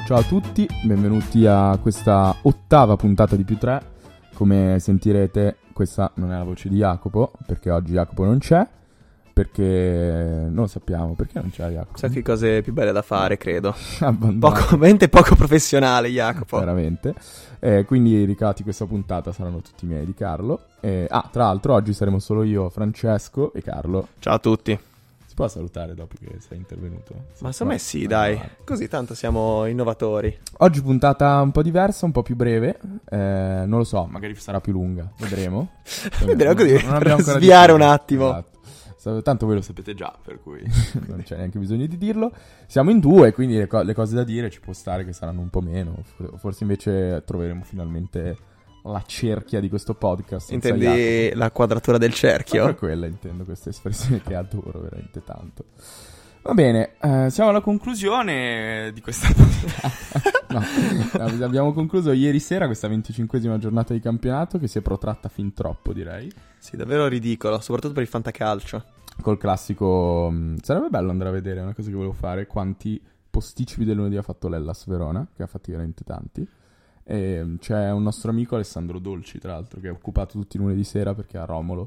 Ciao a tutti, benvenuti a questa ottava puntata di Più 3. Come sentirete, questa non è la voce di Jacopo, perché oggi Jacopo non c'è, perché non lo sappiamo, perché non c'è Jacopo. Sai che cose più belle da fare, credo. Abbandonato. Poco professionale, Jacopo. Veramente. Quindi i ricavati di questa puntata saranno tutti miei, di Carlo. Tra l'altro oggi saremo solo io, Francesco e Carlo. Ciao a tutti. Si può salutare dopo che sei intervenuto? Ma secondo me sì, dai. Così tanto siamo innovatori. Oggi puntata un po' diversa, un po' più breve. Non lo so, magari sarà più lunga. Vedremo. Vedremo così, non abbiamo ancora sviare deciso. un attimo. Esatto. Tanto voi lo sapete già, per cui non c'è neanche bisogno di dirlo. Siamo in due, quindi le cose da dire ci può stare che saranno un po' meno. Forse invece troveremo finalmente la cerchia di questo podcast. Intendi la quadratura del cerchio? Per quella intendo, questa espressione che adoro veramente tanto. Va bene, siamo alla conclusione di questa puntata. No, abbiamo concluso ieri sera questa 25esima giornata di campionato che si è protratta fin troppo, direi. Sì, davvero ridicolo, soprattutto per il fantacalcio. Col classico, sarebbe bello andare a vedere, è una cosa che volevo fare, quanti posticipi del lunedì ha fatto l'Hellas Verona, che ha fatti veramente tanti. E c'è un nostro amico, Alessandro Dolci, tra l'altro, che è occupato tutti i lunedì sera perché ha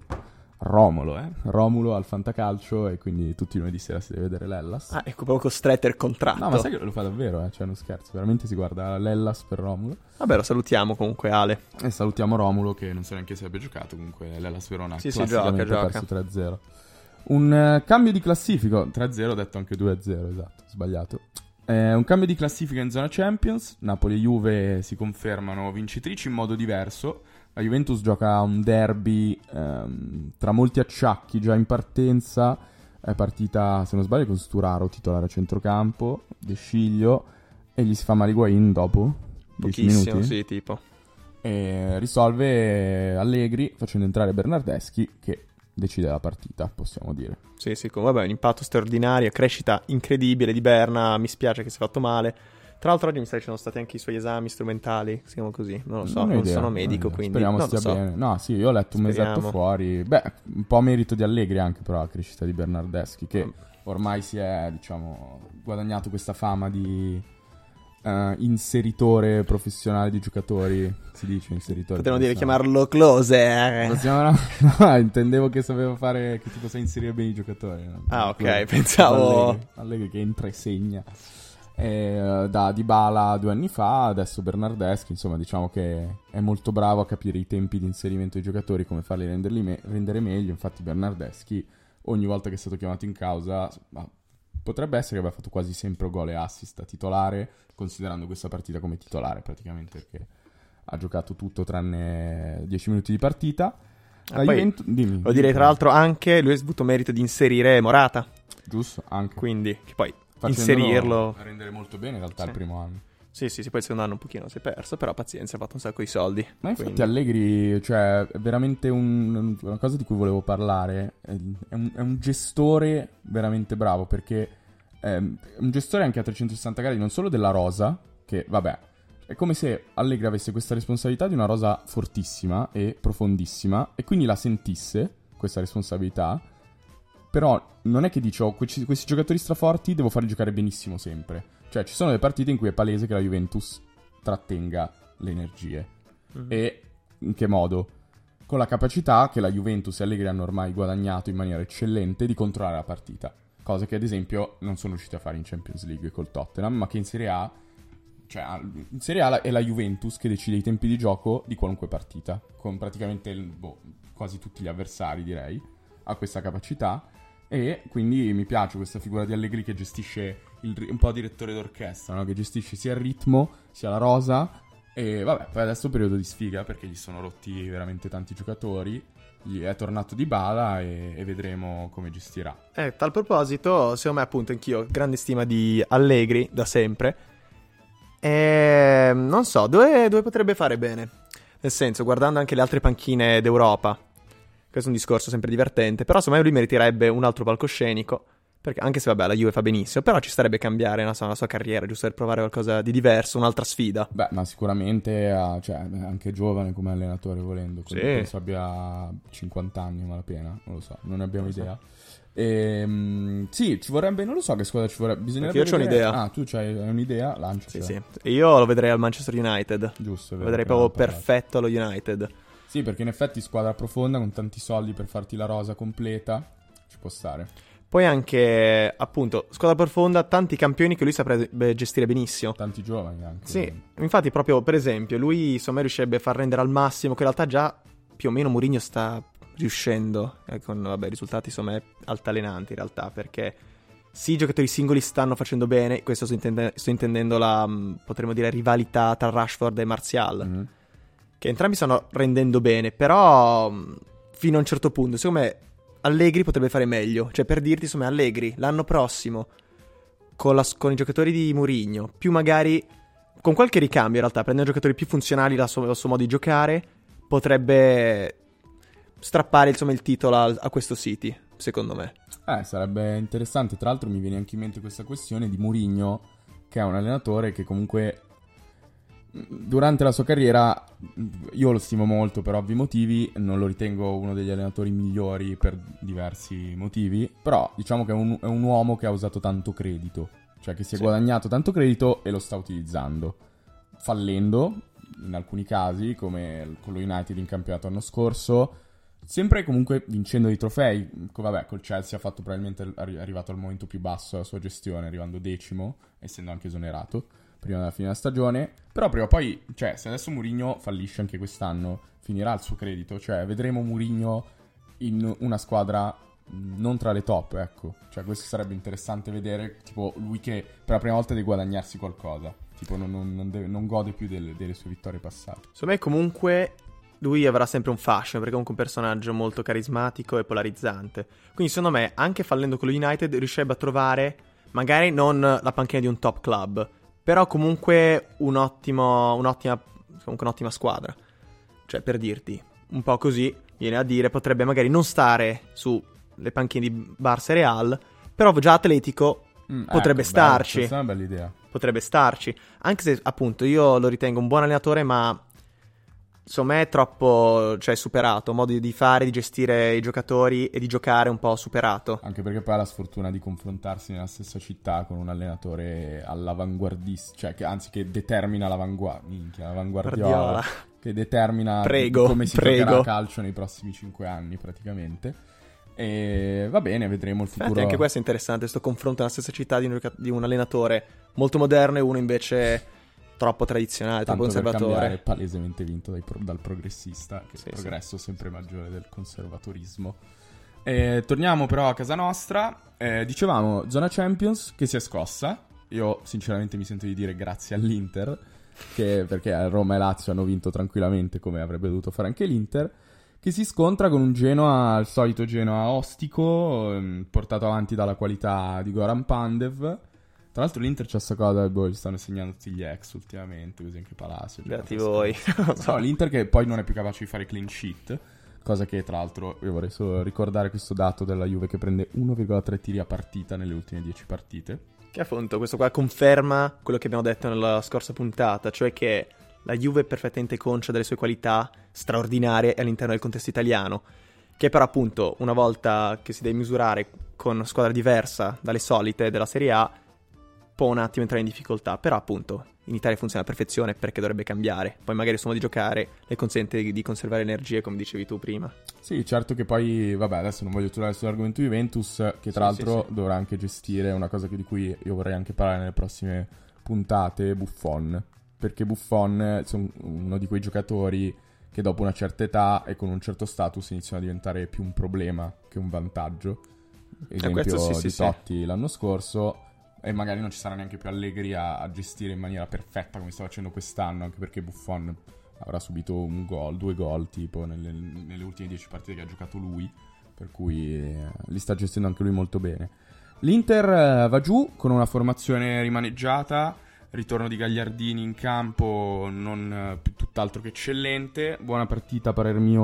Romulo al fantacalcio e quindi tutti i lunedì sera si deve vedere l'Hellas. Ah, ecco, proprio costretto il contratto. No, ma sai che lo fa davvero, cioè non scherzo, veramente si guarda l'Hellas per Romulo. Vabbè, lo salutiamo comunque, Ale. E salutiamo Romulo, che non so neanche se abbia giocato, comunque l'Hellas Verona sì, classicamente gioca. perso 3-0. Un cambio di classifica, 3-0, ho detto anche 2-0, esatto, sbagliato. Un cambio di classifica in zona Champions, Napoli e Juve si confermano vincitrici in modo diverso. La Juventus gioca un derby tra molti acciacchi già in partenza, è partita, se non sbaglio, con Sturaro titolare a centrocampo, De Sciglio, e gli si fa male Higuain dopo 10 Pochissimo, minuti. sì, tipo. E risolve Allegri facendo entrare Bernardeschi, che decide la partita, possiamo dire. Sì, vabbè, un impatto straordinario, crescita incredibile di Berna, mi spiace che si è fatto male. Tra l'altro oggi mi sa che ci sono stati anche i suoi esami strumentali, si chiama così, non lo so, non sono medico, quindi speriamo non stia lo so. bene. No, sì, io ho letto un mesetto fuori. Beh, un po' merito di Allegri anche però la crescita di Bernardeschi, che ormai si è, diciamo, guadagnato questa fama di inseritore professionale di giocatori. Si dice inseritore. Potremmo dire chiamarlo closer. No, intendevo che sapevo fare, che tipo sa inserire bene i giocatori, no? Ah, ok, pensavo Allegri che entra e segna. Da Dybala 2 anni fa, adesso Bernardeschi, insomma, diciamo che è molto bravo a capire i tempi di inserimento dei giocatori, come farli rendere meglio. Infatti Bernardeschi ogni volta che è stato chiamato in causa, potrebbe essere che abbia fatto quasi sempre gol e assist a titolare, considerando questa partita come titolare praticamente, perché ha giocato tutto tranne 10 minuti di partita. Dimmi. Lo direi tra l'altro anche lui ha avuto merito di inserire Morata. Giusto, anche. Quindi, che poi facendolo inserirlo a rendere molto bene in realtà il primo anno. Sì, poi il secondo anno un pochino si è perso, però pazienza, ha fatto un sacco di soldi. Ma infatti Allegri, cioè, è veramente una cosa di cui volevo parlare, è un gestore veramente bravo, perché è un gestore anche a 360 gradi, non solo della rosa, che vabbè, è come se Allegri avesse questa responsabilità di una rosa fortissima e profondissima, e quindi la sentisse, questa responsabilità. Però non è che dice, questi giocatori straforti devo farli giocare benissimo sempre. Cioè, ci sono delle partite in cui è palese che la Juventus trattenga le energie. E in che modo? Con la capacità che la Juventus e Allegri hanno ormai guadagnato in maniera eccellente di controllare la partita. Cosa che ad esempio non sono riusciti a fare in Champions League col Tottenham, ma che in Serie A, cioè in Serie A è la Juventus che decide i tempi di gioco di qualunque partita. Con praticamente quasi tutti gli avversari, direi. Ha questa capacità. E quindi mi piace questa figura di Allegri che gestisce un po' direttore d'orchestra, no? Che gestisce sia il ritmo, sia la rosa. E vabbè, poi adesso è un periodo di sfiga perché gli sono rotti veramente tanti giocatori. Gli è tornato Dybala e vedremo come gestirà. Tal proposito, secondo me appunto anch'io ho grande stima di Allegri da sempre. Non so, dove potrebbe fare bene? Nel senso, guardando anche le altre panchine d'Europa. Questo è un discorso sempre divertente, però secondo me lui meriterebbe un altro palcoscenico. Perché anche se, vabbè, la Juve fa benissimo, però ci starebbe cambiare la sua carriera, giusto per provare qualcosa di diverso, un'altra sfida. Beh, ma sicuramente cioè, anche giovane come allenatore volendo. Sì. Penso abbia 50 anni, malapena, non lo so, non ne abbiamo idea. Sì, ci vorrebbe, non lo so che squadra ci vorrebbe. Bisognerebbe perché io ho un'idea. Ah, tu hai un'idea? Lanciacela. Sì. Io lo vedrei al Manchester United. Giusto, lo vedrei proprio perfetto allo United. Sì, perché in effetti squadra profonda con tanti soldi per farti la rosa completa ci può stare. Poi anche, appunto, squadra profonda, tanti campioni che lui saprebbe gestire benissimo. Tanti giovani anche. Sì, infatti proprio, per esempio, lui insomma riuscirebbe a far rendere al massimo, che in realtà già più o meno Mourinho sta riuscendo, con, vabbè, risultati insomma altalenanti in realtà, perché sì, i giocatori singoli stanno facendo bene, questo sto intendendo la, potremmo dire, rivalità tra Rashford e Martial, che entrambi stanno rendendo bene, però fino a un certo punto, secondo me Allegri potrebbe fare meglio, cioè per dirti, insomma, Allegri l'anno prossimo con i giocatori di Mourinho, più magari con qualche ricambio in realtà, prendendo giocatori più funzionali al suo modo di giocare, potrebbe strappare insomma il titolo a questo City, secondo me. Sarebbe interessante. Tra l'altro mi viene anche in mente questa questione di Mourinho, che è un allenatore che comunque durante la sua carriera, io lo stimo molto per ovvi motivi, non lo ritengo uno degli allenatori migliori per diversi motivi, però diciamo che è un uomo che ha usato tanto credito, cioè che si è guadagnato tanto credito e lo sta utilizzando, fallendo in alcuni casi, come con lo United in campionato l'anno scorso, sempre comunque vincendo dei trofei. Vabbè, col Chelsea ha fatto probabilmente arrivato al momento più basso della sua gestione, arrivando 10º, essendo anche esonerato prima della fine della stagione. Però prima o poi, cioè, se adesso Mourinho fallisce anche quest'anno, finirà il suo credito, cioè vedremo Mourinho in una squadra non tra le top, ecco. Cioè questo sarebbe interessante vedere, tipo lui che per la prima volta deve guadagnarsi qualcosa, tipo non gode più delle sue vittorie passate. Secondo me comunque lui avrà sempre un fascino, perché è comunque un personaggio molto carismatico e polarizzante. Quindi secondo me, anche fallendo con lo United, riuscirebbe a trovare magari non la panchina di un top club, però comunque un'ottima squadra. Cioè, per dirti, un po' così, viene a dire, potrebbe magari non stare su le panchine di Barça e Real, però già Atletico potrebbe starci. Questa è una bella idea. Potrebbe starci, anche se appunto io lo ritengo un buon allenatore, ma insomma è troppo, cioè, superato, modo di fare, di gestire i giocatori e di giocare un po' superato. Anche perché poi ha la sfortuna di confrontarsi nella stessa città con un allenatore all'avanguardista, cioè che determina l'avanguardiola, che determina come si giocherà a calcio nei prossimi 5 anni praticamente. E va bene, vedremo il futuro. Anche questo è interessante, questo confronto nella stessa città di un allenatore molto moderno e uno invece troppo tradizionale, troppo conservatore. È palesemente vinto dal progressista, che è il progresso sempre maggiore del conservatorismo. Torniamo però a casa nostra. Dicevamo, zona Champions che si è scossa. Io sinceramente mi sento di dire grazie all'Inter, perché Roma e Lazio hanno vinto tranquillamente come avrebbe dovuto fare anche l'Inter, che si scontra con un Genoa, il solito Genoa ostico, portato avanti dalla qualità di Goran Pandev. Tra l'altro l'Inter c'ha sta cosa, gli stanno segnando tutti gli ex ultimamente, così anche Palacio. Beati voi. No, l'Inter che poi non è più capace di fare clean sheet, cosa che tra l'altro io vorrei solo ricordare questo dato della Juve che prende 1,3 tiri a partita nelle ultime 10 partite. Che appunto questo qua conferma quello che abbiamo detto nella scorsa puntata, cioè che la Juve è perfettamente conscia delle sue qualità straordinarie all'interno del contesto italiano, che però appunto una volta che si deve misurare con una squadra diversa dalle solite della Serie A può un attimo entrare in difficoltà, però appunto in Italia funziona a perfezione, perché dovrebbe cambiare. Poi magari il suo modo di giocare le consente di conservare energie, come dicevi tu prima. Sì, certo che poi, vabbè, adesso non voglio tornare sull'argomento Juventus, che tra l'altro dovrà anche gestire una cosa di cui io vorrei anche parlare nelle prossime puntate, Buffon. Perché Buffon è uno di quei giocatori che dopo una certa età e con un certo status iniziano a diventare più un problema che un vantaggio. Esempio di Totti l'anno scorso. E magari non ci sarà neanche più Allegri a gestire in maniera perfetta come sta facendo quest'anno, anche perché Buffon avrà subito 2 gol tipo nelle ultime 10 partite che ha giocato lui, per cui li sta gestendo anche lui molto bene. L'Inter va giù con una formazione rimaneggiata, ritorno di Gagliardini in campo non tutt'altro che eccellente, buona partita a parer mio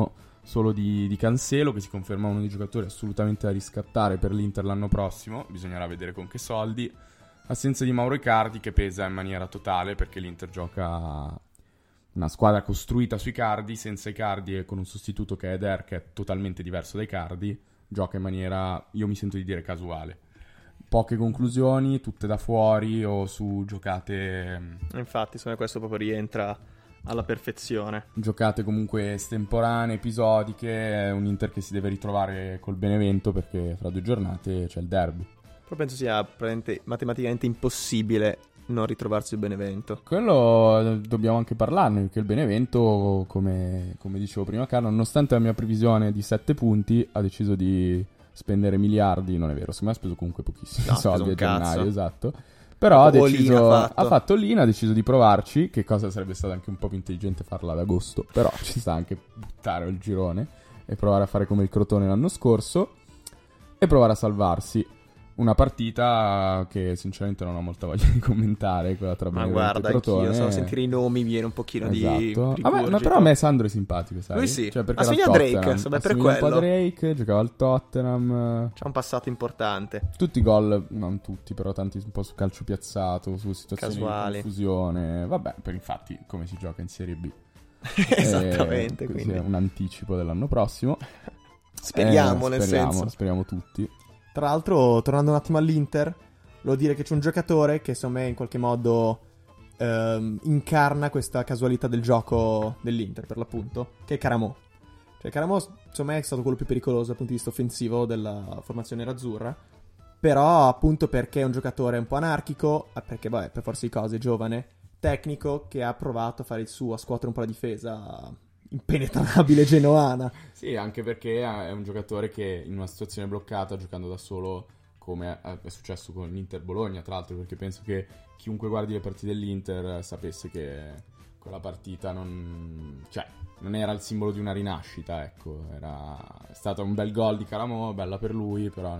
solo di Cancelo, che si conferma uno dei giocatori assolutamente da riscattare per l'Inter l'anno prossimo, bisognerà vedere con che soldi. Assenza di Mauro Icardi, che pesa in maniera totale perché l'Inter gioca una squadra costruita su Icardi, senza Icardi e con un sostituto che è Eder, che è totalmente diverso da Icardi, gioca in maniera, io mi sento di dire, casuale. Poche conclusioni, tutte da fuori o su giocate... Infatti, secondo me questo proprio rientra alla perfezione. Giocate comunque estemporanee, episodiche, è un Inter che si deve ritrovare col Benevento perché fra 2 giornate c'è il derby. Però penso sia matematicamente impossibile non ritrovarsi il Benevento. Quello dobbiamo anche parlarne, perché il Benevento, come dicevo prima Carlo, nonostante la mia previsione di 7 punti, ha deciso di spendere miliardi, non è vero, secondo me ha speso comunque pochissimi soldi a gennaio, esatto. Però ha fatto Lina, ha deciso di provarci, che cosa sarebbe stato anche un po' più intelligente farla ad agosto, però ci sta anche buttare il girone e provare a fare come il Crotone l'anno scorso e provare a salvarsi. Una partita che sinceramente non ho molta voglia di commentare, quella tra Benevento e Crotone. Anch'io, solo sentire i nomi mi viene un pochino di ma però a me Sandro è simpatico, sai? Lui sì, cioè, assomiglia a Drake, insomma, per quello. Un po' a Drake, giocava al Tottenham. C'ha un passato importante. Tutti i gol, non tutti, però tanti un po' su calcio piazzato, su situazioni casuali, di confusione. Vabbè, per infatti come si gioca in Serie B. Esattamente, quindi è un anticipo dell'anno prossimo. Speriamo, nel senso. Speriamo tutti. Tra l'altro, tornando un attimo all'Inter, volevo dire che c'è un giocatore che secondo me in qualche modo incarna questa casualità del gioco dell'Inter, per l'appunto, che è Caramò. Cioè Caramò, secondo me, è stato quello più pericoloso dal punto di vista offensivo della formazione nerazzurra, però appunto perché è un giocatore un po' anarchico, perché vabbè, per forza di cose, giovane, tecnico, che ha provato a fare il suo, a scuotere un po' la difesa impenetrabile genoana. Sì, anche perché è un giocatore che in una situazione bloccata, giocando da solo, come è successo con l'Inter Bologna, tra l'altro, perché penso che chiunque guardi le partite dell'Inter sapesse che quella partita non era il simbolo di una rinascita, ecco. È stato un bel gol di Caramò, bella per lui, però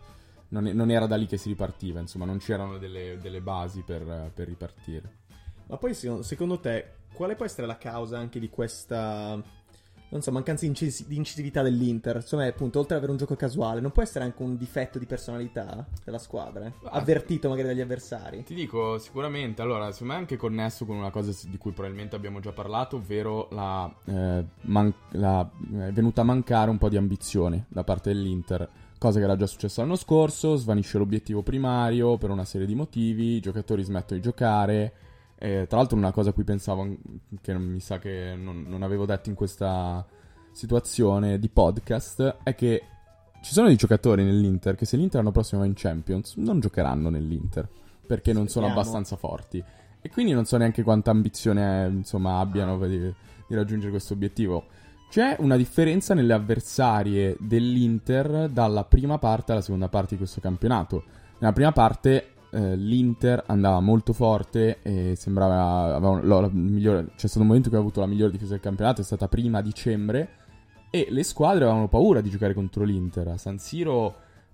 non era da lì che si ripartiva, insomma, non c'erano delle basi per ripartire. Ma poi secondo te quale può essere la causa anche di questa, non so, mancanza di incisività dell'Inter? Insomma, appunto, oltre ad avere un gioco casuale, non può essere anche un difetto di personalità della squadra? Avvertito magari dagli avversari? Ti dico, sicuramente. Allora, secondo me è anche connesso con una cosa di cui probabilmente abbiamo già parlato, ovvero è venuta a mancare un po' di ambizione da parte dell'Inter. Cosa che era già successa l'anno scorso, svanisce l'obiettivo primario per una serie di motivi, i giocatori smettono di giocare. Tra l'altro una cosa a cui pensavo, che mi sa che non avevo detto in questa situazione di podcast, è che ci sono dei giocatori nell'Inter che se l'Inter l'anno prossimo va in Champions non giocheranno nell'Inter, perché non sono abbastanza forti. E quindi non so neanche quanta ambizione insomma abbiano di raggiungere questo obiettivo. C'è una differenza nelle avversarie dell'Inter dalla prima parte alla seconda parte di questo campionato. Nella prima parte l'Inter andava molto forte e sembrava la migliore. C'è stato un momento che ha avuto la migliore difesa del campionato, è stata prima a dicembre, e le squadre avevano paura di giocare contro l'Inter. A San Siro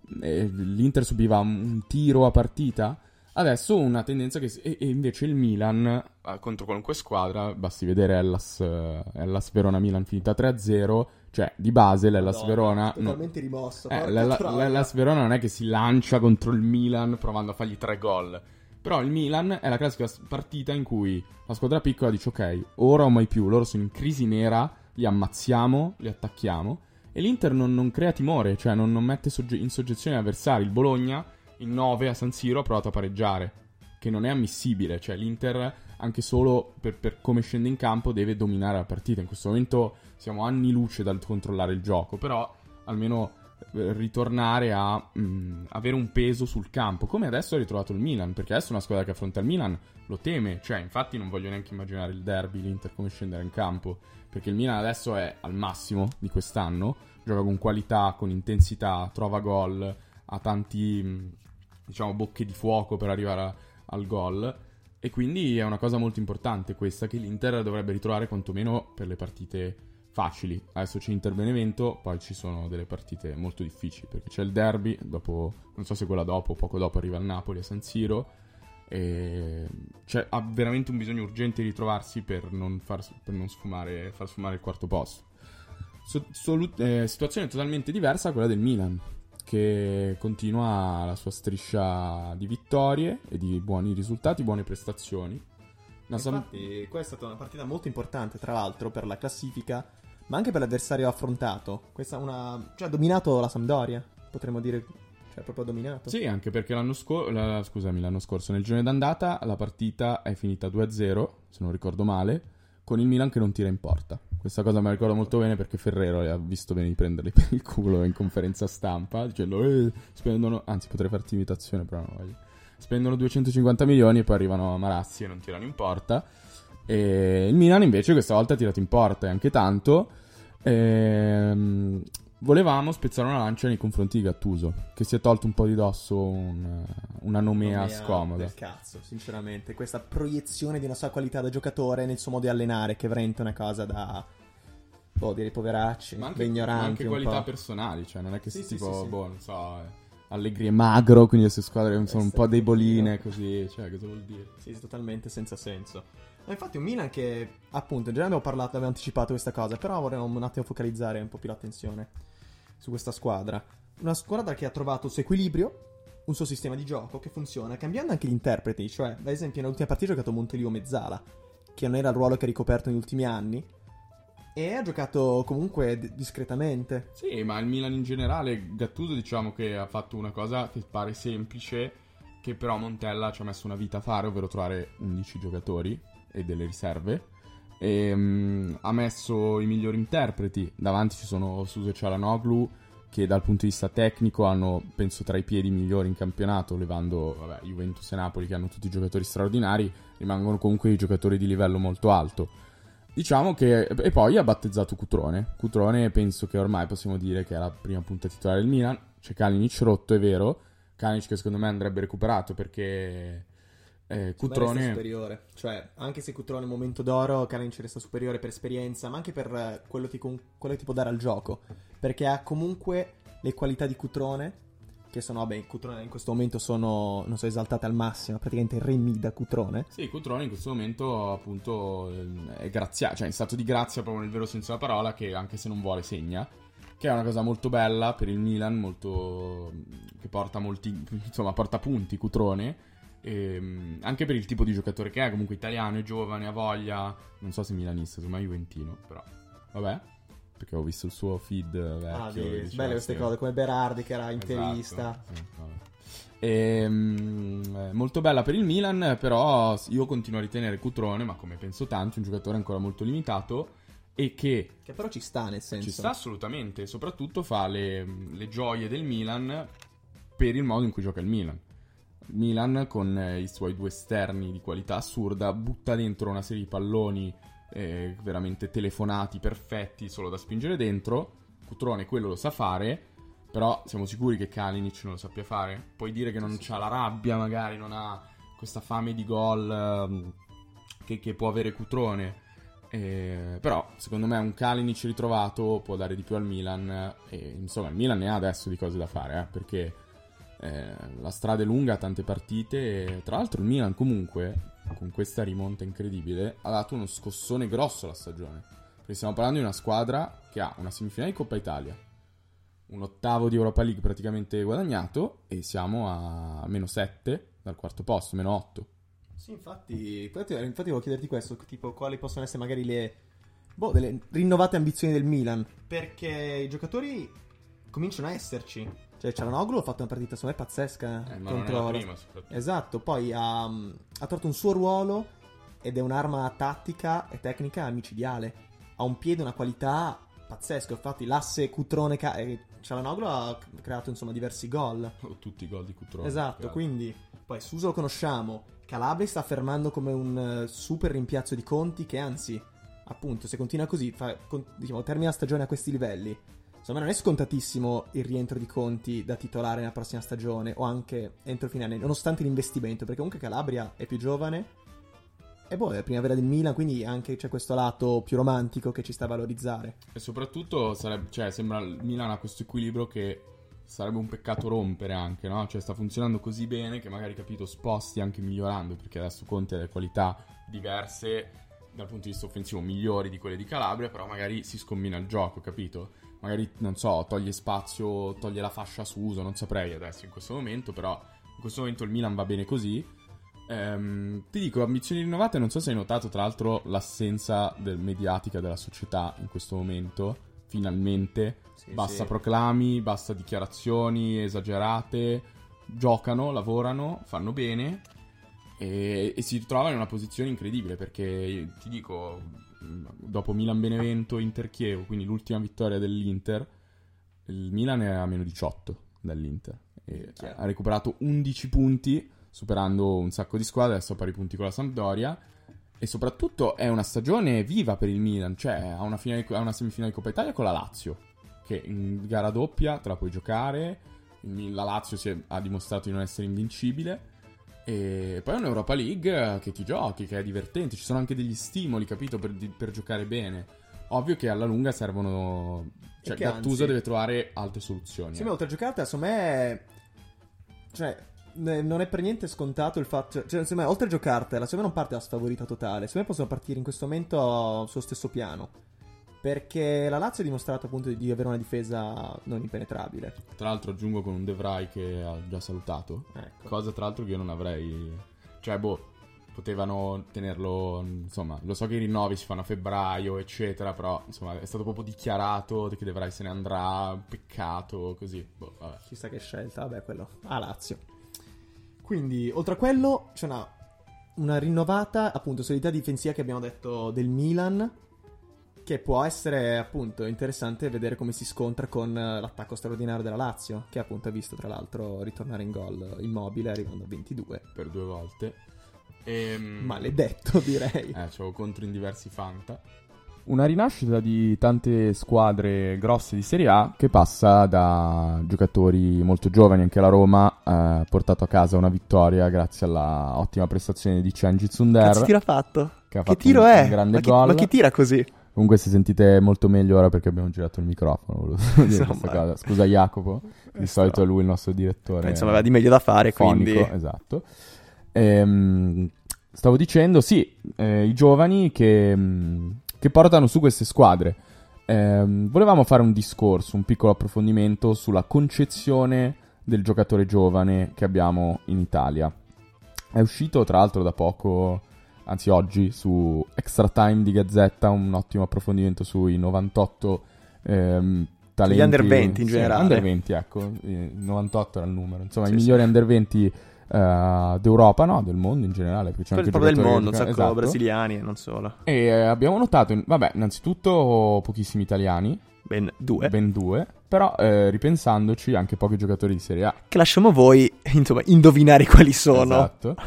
l'Inter subiva un tiro a partita. Adesso una tendenza che e invece il Milan contro qualunque squadra, basti vedere Hellas Verona Milan finita 3-0, cioè di base l'Hellas Verona totalmente rimosso. L'Hellas Verona non è che si lancia contro il Milan provando a fargli 3 gol. Però il Milan è la classica partita in cui la squadra piccola dice ok, ora o mai più, loro sono in crisi nera, li ammazziamo, li attacchiamo, e l'Inter non crea timore, cioè non mette in soggezione gli avversari. Il Bologna in 9 a San Siro ha provato a pareggiare, che non è ammissibile. Cioè l'Inter, anche solo per come scende in campo, deve dominare la partita. In questo momento siamo anni luce dal controllare il gioco, però almeno ritornare a avere un peso sul campo, come adesso ha ritrovato il Milan, perché adesso una squadra che affronta il Milan lo teme. Cioè infatti non voglio neanche immaginare il derby, l'Inter come scendere in campo, perché il Milan adesso è al massimo di quest'anno, gioca con qualità, con intensità, trova gol, ha tanti, diciamo, bocche di fuoco per arrivare al gol, e quindi è una cosa molto importante questa, che l'Inter dovrebbe ritrovare quantomeno per le partite facili. Adesso c'è Inter-Benevento, poi ci sono delle partite molto difficili, perché c'è il derby, dopo, non so se quella dopo, poco dopo arriva il Napoli a San Siro, e ha veramente un bisogno urgente di ritrovarsi per non far sfumare il quarto posto. situazione totalmente diversa a quella del Milan, che continua la sua striscia di vittorie e di buoni risultati, buone prestazioni. Infatti questa è stata una partita molto importante, tra l'altro, per la classifica, ma anche per l'avversario affrontato. Questa cioè ha dominato la Sampdoria, potremmo dire, cioè proprio dominato. Sì, anche perché l'anno scorso, nel girone d'andata, la partita è finita 2-0, se non ricordo male, con il Milan che non tira in porta. Questa cosa me la ricordo molto bene perché Ferrero ha visto bene di prenderli per il culo in conferenza stampa, dicendo spendono, anzi potrei farti imitazione però non voglio. Spendono 250 milioni e poi arrivano a Marazzi e non tirano in porta. E il Milan invece questa volta ha tirato in porta e anche tanto. Volevamo spezzare una lancia nei confronti di Gattuso, che si è tolto un po' di dosso una nomea scomoda. Del cazzo, sinceramente. Questa proiezione di una sua qualità da giocatore nel suo modo di allenare, che veramente è una cosa da... dire poveracci, ma anche, ignoranti. Ma anche qualità po'. personali, cioè non è che Sì, tipo, sì. non so... Allegri è magro, quindi le sue squadre sono un po' deboline, così, cioè, cosa vuol dire? Sì, totalmente senza senso. Ma infatti un Milan che, appunto, già ne abbiamo anticipato questa cosa, però vorremmo un attimo focalizzare un po' più l'attenzione su questa squadra. Una squadra che ha trovato il suo equilibrio, un suo sistema di gioco che funziona, cambiando anche gli interpreti, cioè, ad esempio, nell'ultima partita ha giocato Montelio Mezzala, che non era il ruolo che ha ricoperto negli ultimi anni, e ha giocato comunque discretamente. Sì, ma il Milan in generale, Gattuso diciamo che ha fatto una cosa che pare semplice, che però Montella ci ha messo una vita a fare, ovvero trovare 11 giocatori e delle riserve. E ha messo i migliori interpreti. Davanti ci sono Suso e Çalhanoğlu, che dal punto di vista tecnico hanno, penso, tra i piedi migliori in campionato, levando Juventus e Napoli, che hanno tutti giocatori straordinari, rimangono comunque i giocatori di livello molto alto. Diciamo che... E poi ha battezzato Cutrone. Cutrone penso che ormai possiamo dire che è la prima punta titolare del Milan. C'è Kalinic rotto, è vero. Kalinic che secondo me andrebbe recuperato perché... Cutrone resta superiore. Cioè, anche se Cutrone è un momento d'oro, Kalinic resta superiore per esperienza, ma anche per quello che quello che ti può dare al gioco. Perché ha comunque le qualità di Cutrone, che sono, vabbè, Cutrone in questo momento sono, non so, esaltate al massimo, praticamente re mi da Cutrone. Sì, Cutrone in questo momento appunto è cioè in stato di grazia proprio nel vero senso della parola, che anche se non vuole segna, che è una cosa molto bella per il Milan, molto che porta porta punti Cutrone, e anche per il tipo di giocatore che è, comunque italiano, è giovane, ha voglia, non so se milanista, insomma juventino, però vabbè. Perché ho visto il suo feed vecchio. Belle queste cose, come Berardi che era interista. Esatto, sì, molto bella per il Milan, però io continuo a ritenere Cutrone, ma come penso tanti, un giocatore ancora molto limitato e che però ci sta, nel senso. Ci sta assolutamente, soprattutto fa le gioie del Milan per il modo in cui gioca il Milan. Il Milan con i suoi due esterni di qualità assurda butta dentro una serie di palloni veramente telefonati, perfetti, solo da spingere dentro. Cutrone quello lo sa fare, però siamo sicuri che Kalinic non lo sappia fare? Puoi dire che non c'ha la rabbia, magari non ha questa fame di gol che può avere Cutrone, però secondo me un Kalinic ritrovato può dare di più al Milan, e insomma il Milan ne ha adesso di cose da fare, perché la strada è lunga, tante partite, e tra l'altro il Milan comunque con questa rimonta incredibile ha dato uno scossone grosso alla stagione, perché stiamo parlando di una squadra che ha una semifinale di Coppa Italia, un ottavo di Europa League praticamente guadagnato, e siamo a -7 dal quarto posto, -8. Sì, infatti volevo chiederti questo, tipo quali possono essere magari delle rinnovate ambizioni del Milan, perché i giocatori cominciano a esserci. Cioè Çalhanoğlu ha fatto una partita secondo me pazzesca Ma contro non è la prima, soprattutto. Esatto, poi ha trovato un suo ruolo ed è un'arma tattica e tecnica micidiale. Ha un piede, una qualità pazzesca. Infatti l'asse Cutrone Çalhanoğlu ha creato insomma diversi gol. Tutti i gol di Cutrone. Esatto, quindi poi Suso lo conosciamo. Calabria sta affermando come un super rimpiazzo di Conti, che anzi, appunto, se continua così, termina la stagione a questi livelli. Insomma, non è scontatissimo il rientro di Conti da titolare nella prossima stagione o anche entro fine anno, nonostante l'investimento, perché comunque Calabria è più giovane e è primavera del Milan, quindi anche c'è questo lato più romantico che ci sta a valorizzare. E soprattutto sembra il Milan ha questo equilibrio che sarebbe un peccato rompere anche, no? Cioè sta funzionando così bene che magari, capito, sposti anche migliorando, perché adesso Conti ha delle qualità diverse dal punto di vista offensivo migliori di quelle di Calabria, però magari si scombina il gioco, capito? Magari, non so, toglie spazio, toglie la fascia su uso, non saprei adesso in questo momento, però in questo momento il Milan va bene così. Ti dico, ambizioni rinnovate, non so se hai notato tra l'altro l'assenza mediatica della società in questo momento, finalmente. Sì, basta sì. proclami, basta dichiarazioni esagerate, giocano, lavorano, fanno bene e si ritrovano in una posizione incredibile, perché ti dico, dopo Milan-Benevento, Inter-Chievo, quindi l'ultima vittoria dell'Inter, il Milan è a meno 18 dall'Inter e ha recuperato 11 punti superando un sacco di squadre, adesso a pari punti con la Sampdoria, e soprattutto è una stagione viva per il Milan, cioè ha una semifinale di Coppa Italia con la Lazio, che in gara doppia te la puoi giocare, la Lazio ha dimostrato di non essere invincibile, e poi un'Europa League che ti giochi, che è divertente, ci sono anche degli stimoli, capito, per giocare bene. Ovvio che alla lunga servono, cioè Gattuso deve trovare altre soluzioni. Sì, ma oltre a giocare, secondo me, cioè, non è per niente scontato il fatto, cioè, secondo me, oltre a giocartela, secondo me non parte da sfavorita totale, secondo me possono partire in questo momento sullo stesso piano, perché la Lazio ha dimostrato appunto di avere una difesa non impenetrabile. Tra l'altro aggiungo con un De Vrij che ha già salutato, Ecco. cosa tra l'altro che io non avrei, cioè potevano tenerlo, insomma, lo so che i rinnovi si fanno a febbraio eccetera, però insomma è stato proprio dichiarato che De Vrij se ne andrà, peccato, così, vabbè. Chissà che scelta, vabbè, quello a Lazio. Quindi, oltre a quello, c'è una rinnovata, appunto, solidità difensiva che abbiamo detto del Milan, che può essere, appunto, interessante vedere come si scontra con l'attacco straordinario della Lazio, che appunto ha visto, tra l'altro, ritornare in gol Immobile, arrivando a 22. Per 2 volte. Maledetto, direi. C'avevo contro in diversi Fanta. Una rinascita di tante squadre grosse di Serie A che passa da giocatori molto giovani. Anche la Roma ha portato a casa una vittoria grazie alla ottima prestazione di Cengiz Under. Che tiro ha fatto? Che Che tiro è? Un grande gol. Ma chi tira così? Comunque si sentite molto meglio ora perché abbiamo girato il microfono. Volevo dire questa cosa. Scusa Jacopo, di solito è lui il nostro direttore. Insomma, aveva di meglio da fare, fonico, quindi... Esatto. Stavo dicendo, sì, i giovani che portano su queste squadre. Volevamo fare un discorso, un piccolo approfondimento sulla concezione del giocatore giovane che abbiamo in Italia. È uscito tra l'altro da poco, anzi oggi, su Extra Time di Gazzetta, un ottimo approfondimento sui 98 talenti. Gli under 20 in generale. Under 20, ecco, 98 era il numero. Insomma, Sì, i migliori under 20 d'Europa, no, del mondo in generale, perché c'è anche proprio del mondo, un che sacco esatto. brasiliani e non solo. E abbiamo notato, vabbè, innanzitutto pochissimi italiani, Ben due. però ripensandoci anche pochi giocatori di Serie A. Che lasciamo voi, insomma, indovinare quali sono. Esatto.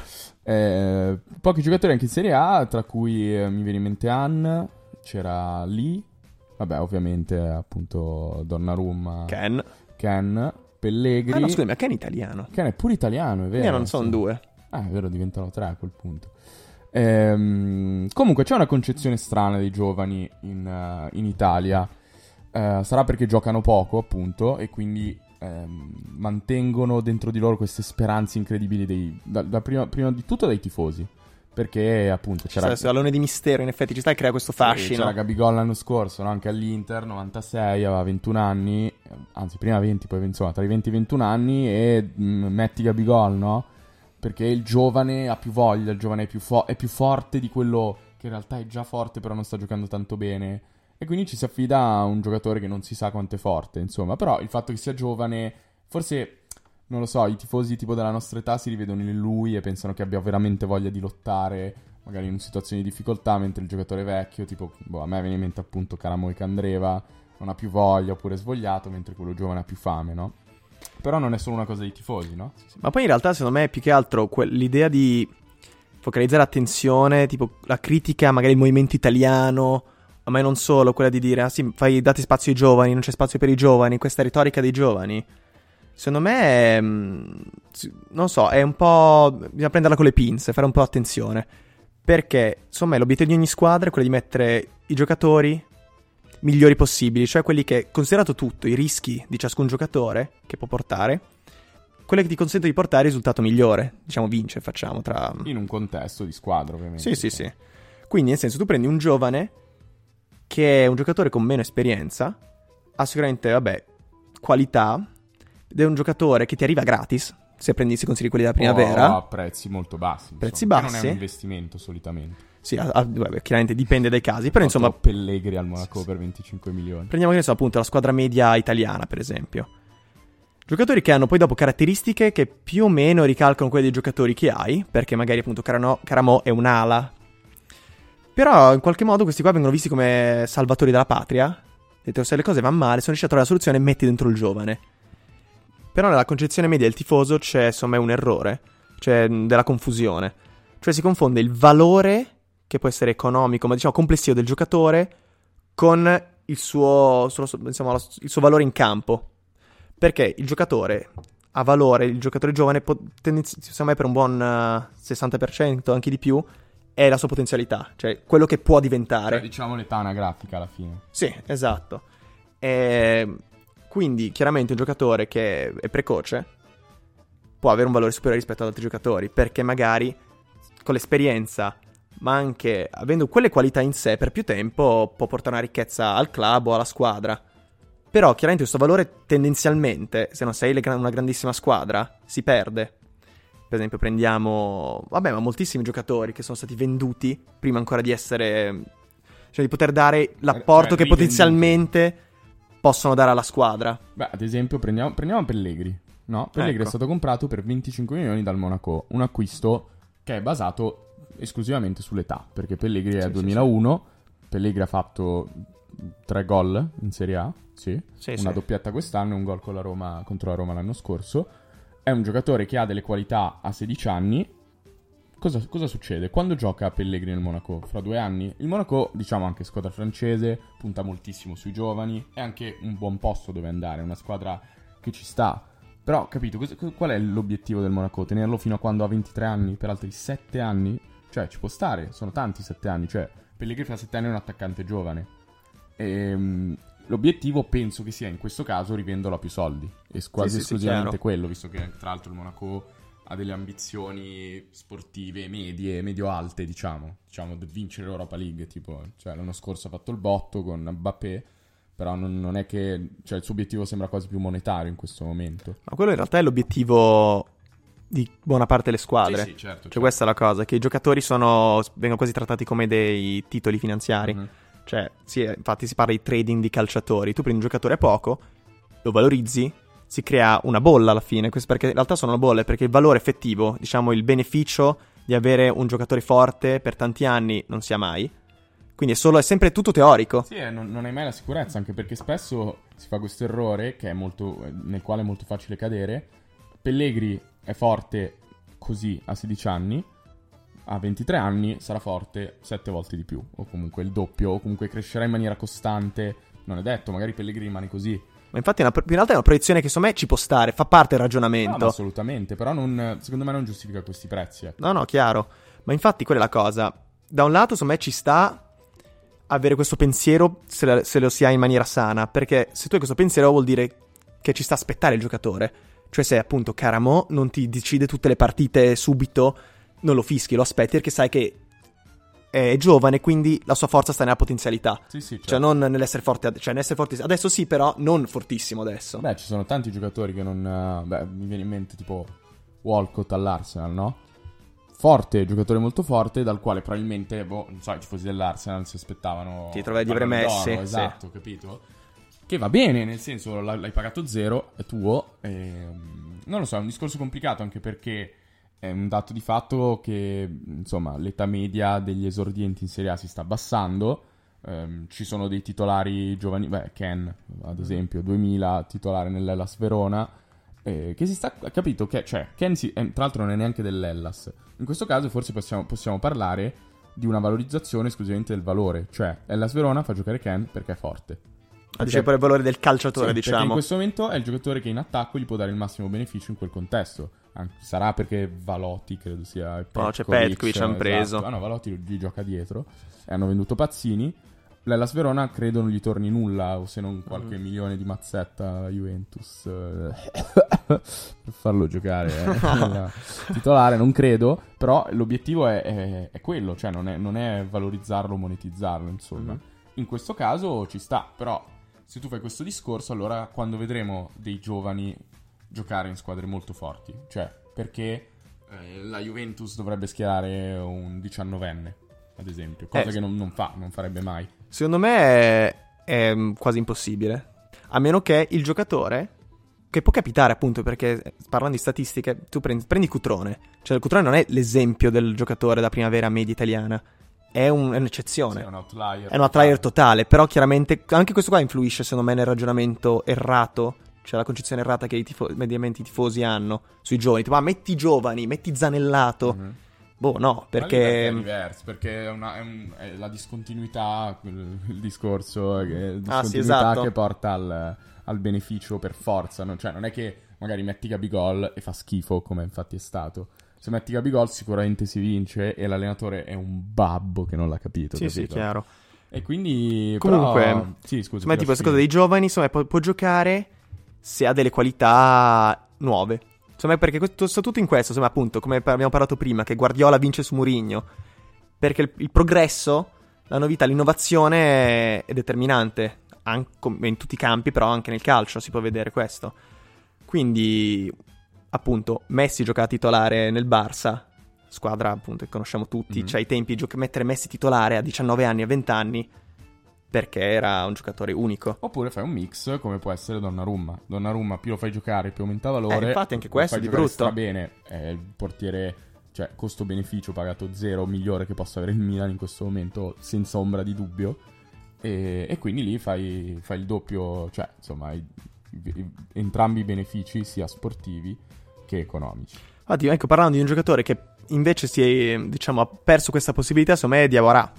Pochi giocatori anche in Serie A, tra cui mi viene in mente Ann, c'era Lee, vabbè, ovviamente appunto Donnarumma, Ken, Pellegrini. Ah no, scusami, ma Ken è italiano. Ken è pure italiano, è vero. Non sono sì. due. È vero, diventano 3 a quel punto. Comunque c'è una concezione strana dei giovani in Italia. Sarà perché giocano poco, appunto, e quindi mantengono dentro di loro queste speranze incredibili prima di tutto dai tifosi. Perché appunto c'era questo allone di mistero, in effetti ci sta e crea questo fascino. C'era Gabigol l'anno scorso, no? Anche all'Inter, 96, aveva 21 anni, anzi prima 20, poi insomma tra i 20 e i 21 anni, e metti Gabigol, no? Perché il giovane ha più voglia, il giovane è più forte di quello che in realtà è già forte però non sta giocando tanto bene, e quindi ci si affida a un giocatore che non si sa quanto è forte, insomma. Però il fatto che sia giovane, forse... Non lo so, i tifosi tipo della nostra età si rivedono in lui e pensano che abbia veramente voglia di lottare, magari in situazioni di difficoltà, mentre il giocatore vecchio, tipo, a me viene in mente appunto Karamoy Candreva, non ha più voglia oppure è svogliato, mentre quello giovane ha più fame, no? Però non è solo una cosa dei tifosi, no? Ma poi in realtà secondo me più che altro l'idea di focalizzare l'attenzione, tipo la critica magari al movimento italiano, ma non solo, quella di dire, ah sì, date spazio ai giovani, non c'è spazio per i giovani, questa retorica dei giovani. Secondo me, non so, è un po'... bisogna prenderla con le pinze, fare un po' attenzione. Perché, insomma, l'obiettivo di ogni squadra è quello di mettere i giocatori migliori possibili. Cioè quelli che, considerato tutto, i rischi di ciascun giocatore che può portare, quelle che ti consentono di portare il risultato migliore. Diciamo, vince, facciamo, tra... In un contesto di squadra, ovviamente. Sì. Quindi, nel senso, tu prendi un giovane che è un giocatore con meno esperienza, ha sicuramente, vabbè, qualità, ed è un giocatore che ti arriva gratis, se consideri quelli della primavera. A prezzi molto bassi. Prezzi insomma, bassi. Che non è un investimento solitamente. Sì, vabbè, chiaramente dipende dai casi, però insomma... Pellegrini al Monaco per 25 milioni. Prendiamo che ne so, appunto, la squadra media italiana, per esempio. Giocatori che hanno poi dopo caratteristiche che più o meno ricalcano quelle dei giocatori che hai, perché magari appunto Caramò è un'ala. Però in qualche modo questi qua vengono visti come salvatori della patria. Detto, se le cose vanno male, sono riusciti a trovare la soluzione, metti dentro il giovane. Però nella concezione media del tifoso c'è, insomma, un errore, c'è della confusione. Cioè si confonde il valore, che può essere economico, ma diciamo complessivo del giocatore, con il suo valore in campo. Perché il giocatore ha valore, il giocatore giovane, secondo me per un buon 60%, anche di più, è la sua potenzialità, cioè quello che può diventare. Cioè, diciamo l'età anagrafica alla fine. Sì, esatto. Quindi chiaramente un giocatore che è precoce può avere un valore superiore rispetto ad altri giocatori, perché magari con l'esperienza, ma anche avendo quelle qualità in sé per più tempo, può portare una ricchezza al club o alla squadra. Però chiaramente questo valore tendenzialmente, se non sei una grandissima squadra, si perde. Per esempio prendiamo, vabbè, ma moltissimi giocatori che sono stati venduti prima ancora di essere, cioè di poter dare l'apporto che potenzialmente possono dare alla squadra. Beh, ad esempio prendiamo Pellegrini, no? Pellegrini è stato comprato per 25 milioni dal Monaco, un acquisto che è basato esclusivamente sull'età, perché Pellegrini è 2001, Pellegrini ha fatto 3 gol in Serie A, una doppietta quest'anno e un gol con la Roma, contro la Roma l'anno scorso. È un giocatore che ha delle qualità a 16 anni. Cosa succede? Quando gioca Pellegrini nel Monaco? Fra 2 anni? Il Monaco, diciamo anche squadra francese, punta moltissimo sui giovani, è anche un buon posto dove andare, una squadra che ci sta. Però, capito, qual è l'obiettivo del Monaco? Tenerlo fino a quando ha 23 anni? Per altri 7 anni? Cioè, ci può stare, sono tanti 7 anni. Cioè, Pellegrini fra 7 anni è un attaccante giovane. L'obiettivo penso che sia in questo caso rivenderlo a più soldi. E quasi esclusivamente quello, visto che tra l'altro il Monaco ha delle ambizioni sportive medie, medio-alte, diciamo di vincere l'Europa League, tipo, cioè l'anno scorso ha fatto il botto con Mbappé, però non è che, cioè il suo obiettivo sembra quasi più monetario in questo momento. Ma quello in realtà è l'obiettivo di buona parte delle squadre. Sì, certo. Cioè questa è la cosa, che i giocatori vengono quasi trattati come dei titoli finanziari. Mm-hmm. Cioè, sì, infatti si parla di trading di calciatori. Tu prendi un giocatore a poco, lo valorizzi, si crea una bolla alla fine. Questo perché in realtà sono bolle, perché il valore effettivo, diciamo il beneficio di avere un giocatore forte per tanti anni non si ha mai. Quindi è sempre tutto teorico. Sì, non hai mai la sicurezza, anche perché spesso si fa questo errore che è nel quale è molto facile cadere. Pellegrini è forte così a 16 anni, a 23 anni sarà forte 7 volte di più, o comunque il doppio, o comunque crescerà in maniera costante. Non è detto, magari Pellegrini rimane così. Ma infatti in realtà è una proiezione che secondo me ci può stare, fa parte del ragionamento. No, assolutamente, però secondo me non giustifica questi prezzi. No, chiaro. Ma infatti quella è la cosa. Da un lato secondo me ci sta avere questo pensiero se lo si ha in maniera sana, perché se tu hai questo pensiero vuol dire che ci sta a aspettare il giocatore. Cioè se appunto Caramò non ti decide tutte le partite subito, non lo fischi, lo aspetti perché sai che è giovane, quindi la sua forza sta nella potenzialità. Sì, certo. Cioè non nell'essere forte, cioè nell'essere forte adesso sì, però non fortissimo adesso. Beh, ci sono tanti giocatori che non... mi viene in mente tipo Walcott all'Arsenal, no? Forte, giocatore molto forte, dal quale probabilmente, non so, i tifosi dell'Arsenal si aspettavano... Ti trovavi di avere Messi. Esatto, sì. Capito? Che va bene, nel senso, l'hai pagato zero, è tuo. Non lo so, è un discorso complicato anche perché è un dato di fatto che, insomma, l'età media degli esordienti in Serie A si sta abbassando. Ci sono dei titolari giovani, Ken, ad esempio, 2000 titolare nell'Hellas Verona, che si sta, capito? Cioè, Ken tra l'altro non è neanche dell'Hellas. In questo caso forse possiamo parlare di una valorizzazione esclusivamente del valore. Cioè, Hellas Verona fa giocare Ken perché è forte. Dice per il valore del calciatore, sì, diciamo. Perché in questo momento è il giocatore che in attacco gli può dare il massimo beneficio in quel contesto. Sarà perché Valotti, credo sia... No, c'è Petkovic, hanno preso. Esatto. No, Valotti gli gioca dietro. E hanno venduto Pazzini. l'Hellas Verona credo non gli torni nulla, o se non qualche milione di mazzetta alla Juventus per farlo giocare titolare, non credo, però l'obiettivo è quello, cioè non è valorizzarlo, monetizzarlo, insomma. In questo caso ci sta, però se tu fai questo discorso, allora quando vedremo dei giovani giocare in squadre molto forti, cioè perché la Juventus dovrebbe schierare un 19enne, ad esempio, cosa che non farebbe mai. Secondo me è quasi impossibile, a meno che il giocatore, che può capitare appunto, perché parlando di statistiche, tu prendi Cutrone, cioè Cutrone non è l'esempio del giocatore da primavera media italiana, è un'eccezione, Sì, è un outlier. È un outlier totale, però chiaramente anche questo qua influisce secondo me nel ragionamento errato, cioè la concezione errata che mediamente i tifosi hanno sui giovani, tipo metti i giovani, metti Zanellato. Boh, no, perché è diverso, perché è la discontinuità, il discorso, discontinuità sì, esatto, che porta al beneficio per forza, no? Cioè non è che magari metti Gabigol e fa schifo, come infatti è stato. Se metti Gabigol sicuramente si vince e l'allenatore è un babbo che non l'ha capito. Sì, capito? sì, chiaro. E quindi comunque, però, sì, scusa, insomma, tipo questa cosa dei giovani, insomma, può giocare se ha delle qualità nuove. Insomma, perché sta tutto in questo, insomma, appunto, come abbiamo parlato prima, che Guardiola vince su Mourinho, perché il progresso, la novità, l'innovazione è determinante, anche in tutti i campi, però anche nel calcio si può vedere questo. Quindi, appunto, Messi gioca titolare nel Barça, squadra appunto che conosciamo tutti, cioè ai tempi mettere Messi titolare a 19 anni, a 20 anni, perché era un giocatore unico. Oppure fai un mix come può essere Donnarumma. Donnarumma più lo fai giocare più aumenta valore. Infatti anche questo è di brutto. Va bene, è il portiere, cioè costo-beneficio pagato 0, migliore che possa avere il Milan in questo momento, senza ombra di dubbio. E quindi lì fai il doppio, cioè insomma entrambi i benefici sia sportivi che economici. Infatti, ecco, parlando di un giocatore che invece ha perso questa possibilità, secondo me è Diawara,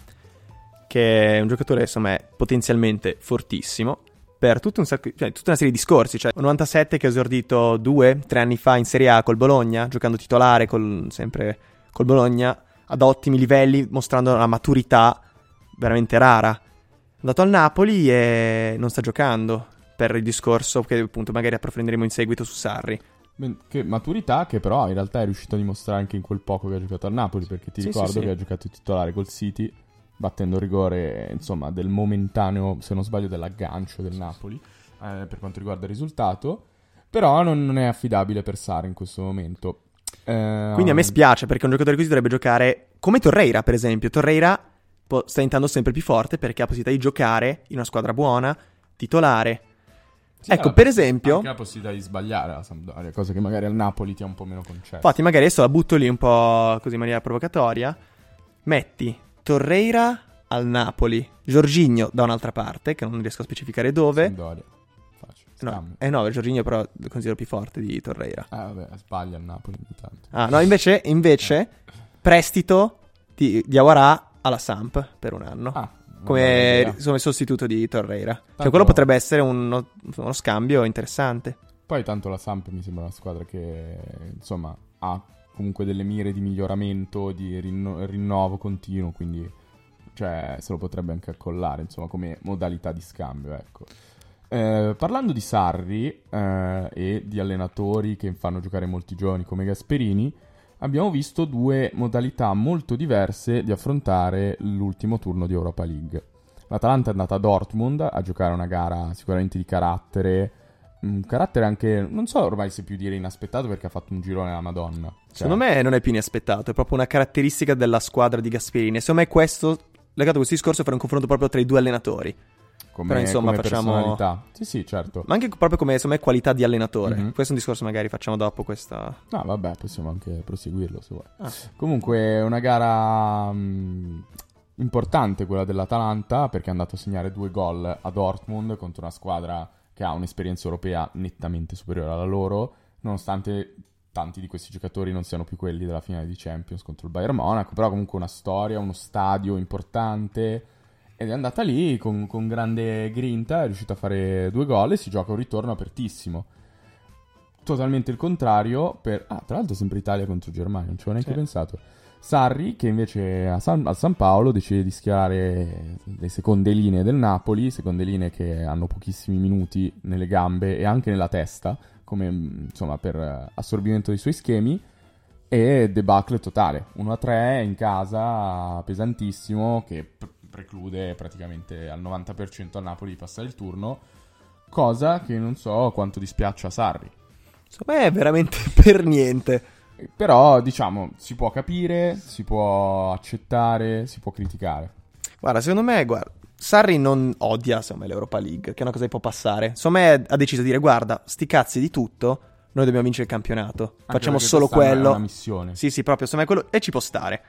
che è un giocatore, insomma, è potenzialmente fortissimo per tutta una serie di discorsi. Cioè, un 97 che ha esordito 2-3 anni fa in Serie A col Bologna, giocando titolare sempre col Bologna, ad ottimi livelli, mostrando una maturità veramente rara. È andato al Napoli e non sta giocando, per il discorso che appunto magari approfondiremo in seguito su Sarri. Che maturità che però in realtà è riuscito a dimostrare anche in quel poco che ha giocato al Napoli, perché ti ricordo che ha giocato titolare col City, battendo il rigore, insomma, del momentaneo, se non sbaglio, dell'aggancio del Napoli, per quanto riguarda il risultato. Però non è affidabile per Sarri in questo momento. Quindi a me spiace, perché un giocatore così dovrebbe giocare come Torreira, per esempio. Torreira sta diventando sempre più forte perché ha la possibilità di giocare in una squadra buona, titolare. Sì, ecco, per esempio, anche la possibilità di sbagliare la Sampdoria, cosa che magari al Napoli ti è un po' meno concessa. Infatti magari adesso la butto lì un po' così in maniera provocatoria. Metti Torreira al Napoli, Jorginho da un'altra parte, che non riesco a specificare dove. Sampdoria. Facile. No, Jorginho però lo considero più forte di Torreira. Vabbè, sbaglia il Napoli ogni tanto. No, invece prestito di Diawara alla Samp per un anno. Come sostituto di Torreira. Tanto, cioè quello potrebbe essere uno scambio interessante. Poi tanto la Samp mi sembra una squadra che insomma ha comunque delle mire di miglioramento, di rinnovo continuo, quindi cioè se lo potrebbe anche accollare, insomma, come modalità di scambio, ecco. Parlando di Sarri e di allenatori che fanno giocare molti giovani come Gasperini, abbiamo visto due modalità molto diverse di affrontare l'ultimo turno di Europa League. L'Atalanta è andata a Dortmund a giocare una gara sicuramente di carattere, un carattere anche, non so ormai se più dire inaspettato, perché ha fatto un girone alla Madonna. Cioè, secondo me non è più inaspettato, è proprio una caratteristica della squadra di Gasperini. E secondo me questo, legato a questo discorso, fare un confronto proprio tra i due allenatori. Però insomma come facciamo personalità. Sì, certo. Ma anche proprio come, secondo me, qualità di allenatore. Questo è un discorso magari facciamo dopo questa. No, vabbè, possiamo anche proseguirlo se vuoi. Comunque una gara importante quella dell'Atalanta, perché è andato a segnare 2 gol a Dortmund contro una squadra che ha un'esperienza europea nettamente superiore alla loro, nonostante tanti di questi giocatori non siano più quelli della finale di Champions contro il Bayern Monaco, però comunque una storia, uno stadio importante. Ed è andata lì con grande grinta, è riuscita a fare 2 gol e si gioca un ritorno apertissimo. Totalmente il contrario per... tra l'altro sempre Italia contro Germania, non ci avevo neanche pensato. Sarri, che invece al San Paolo decide di schierare le seconde linee del Napoli, seconde linee che hanno pochissimi minuti nelle gambe e anche nella testa, come insomma per assorbimento dei suoi schemi, e debacle totale. 1-3 in casa, pesantissimo, che preclude praticamente al 90% al Napoli di passare il turno, cosa che non so quanto dispiaccia a Sarri. Secondo me è veramente per niente. Però, diciamo, si può capire, si può accettare, si può criticare. Guarda, secondo me, Sarri non odia, secondo me, l'Europa League, che è una cosa che può passare. Secondo me ha deciso di dire, guarda, sti cazzi di tutto, noi dobbiamo vincere il campionato. Anche facciamo solo quest'anno quello. È una missione. Sì, proprio, secondo me quello, e ci può stare.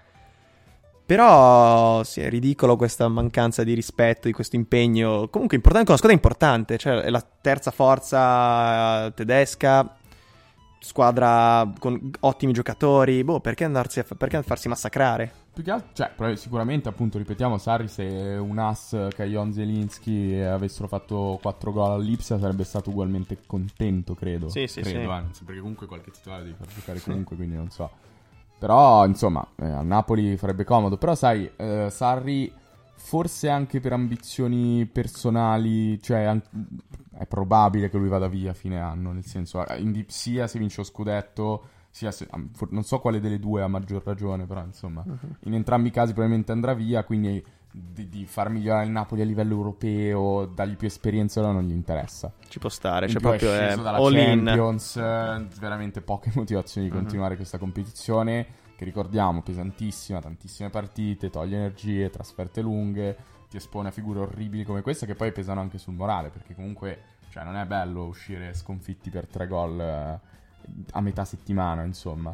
Però, sì, è ridicolo questa mancanza di rispetto, di questo impegno. Comunque, importante, una squadra importante, cioè è la terza forza tedesca, squadra con ottimi giocatori. Perché perché farsi massacrare? Più che altro, cioè, sicuramente, appunto, ripetiamo, Sarri, se un as, Kajon Zielinski avessero fatto 4 gol all'Ipsia sarebbe stato ugualmente contento, credo. Sì. Anzi, perché comunque qualche titolare devi far giocare comunque, quindi non so. Però, insomma, a Napoli farebbe comodo. Però, sai, Sarri, forse anche per ambizioni personali, cioè, è probabile che lui vada via a fine anno, nel senso, sia se vince lo scudetto, sia se, non so quale delle due ha maggior ragione, però, insomma, in entrambi i casi probabilmente andrà via, quindi di far migliorare il Napoli a livello europeo, dargli più esperienza, non gli interessa. Ci può stare, In cioè più proprio è è sceso dalla all in. Champions, veramente poche motivazioni di continuare questa competizione, che ricordiamo, pesantissima, tantissime partite, toglie energie, trasferte lunghe, ti espone a figure orribili come questa che poi pesano anche sul morale, perché comunque, cioè, non è bello uscire sconfitti per 3 gol a metà settimana, insomma.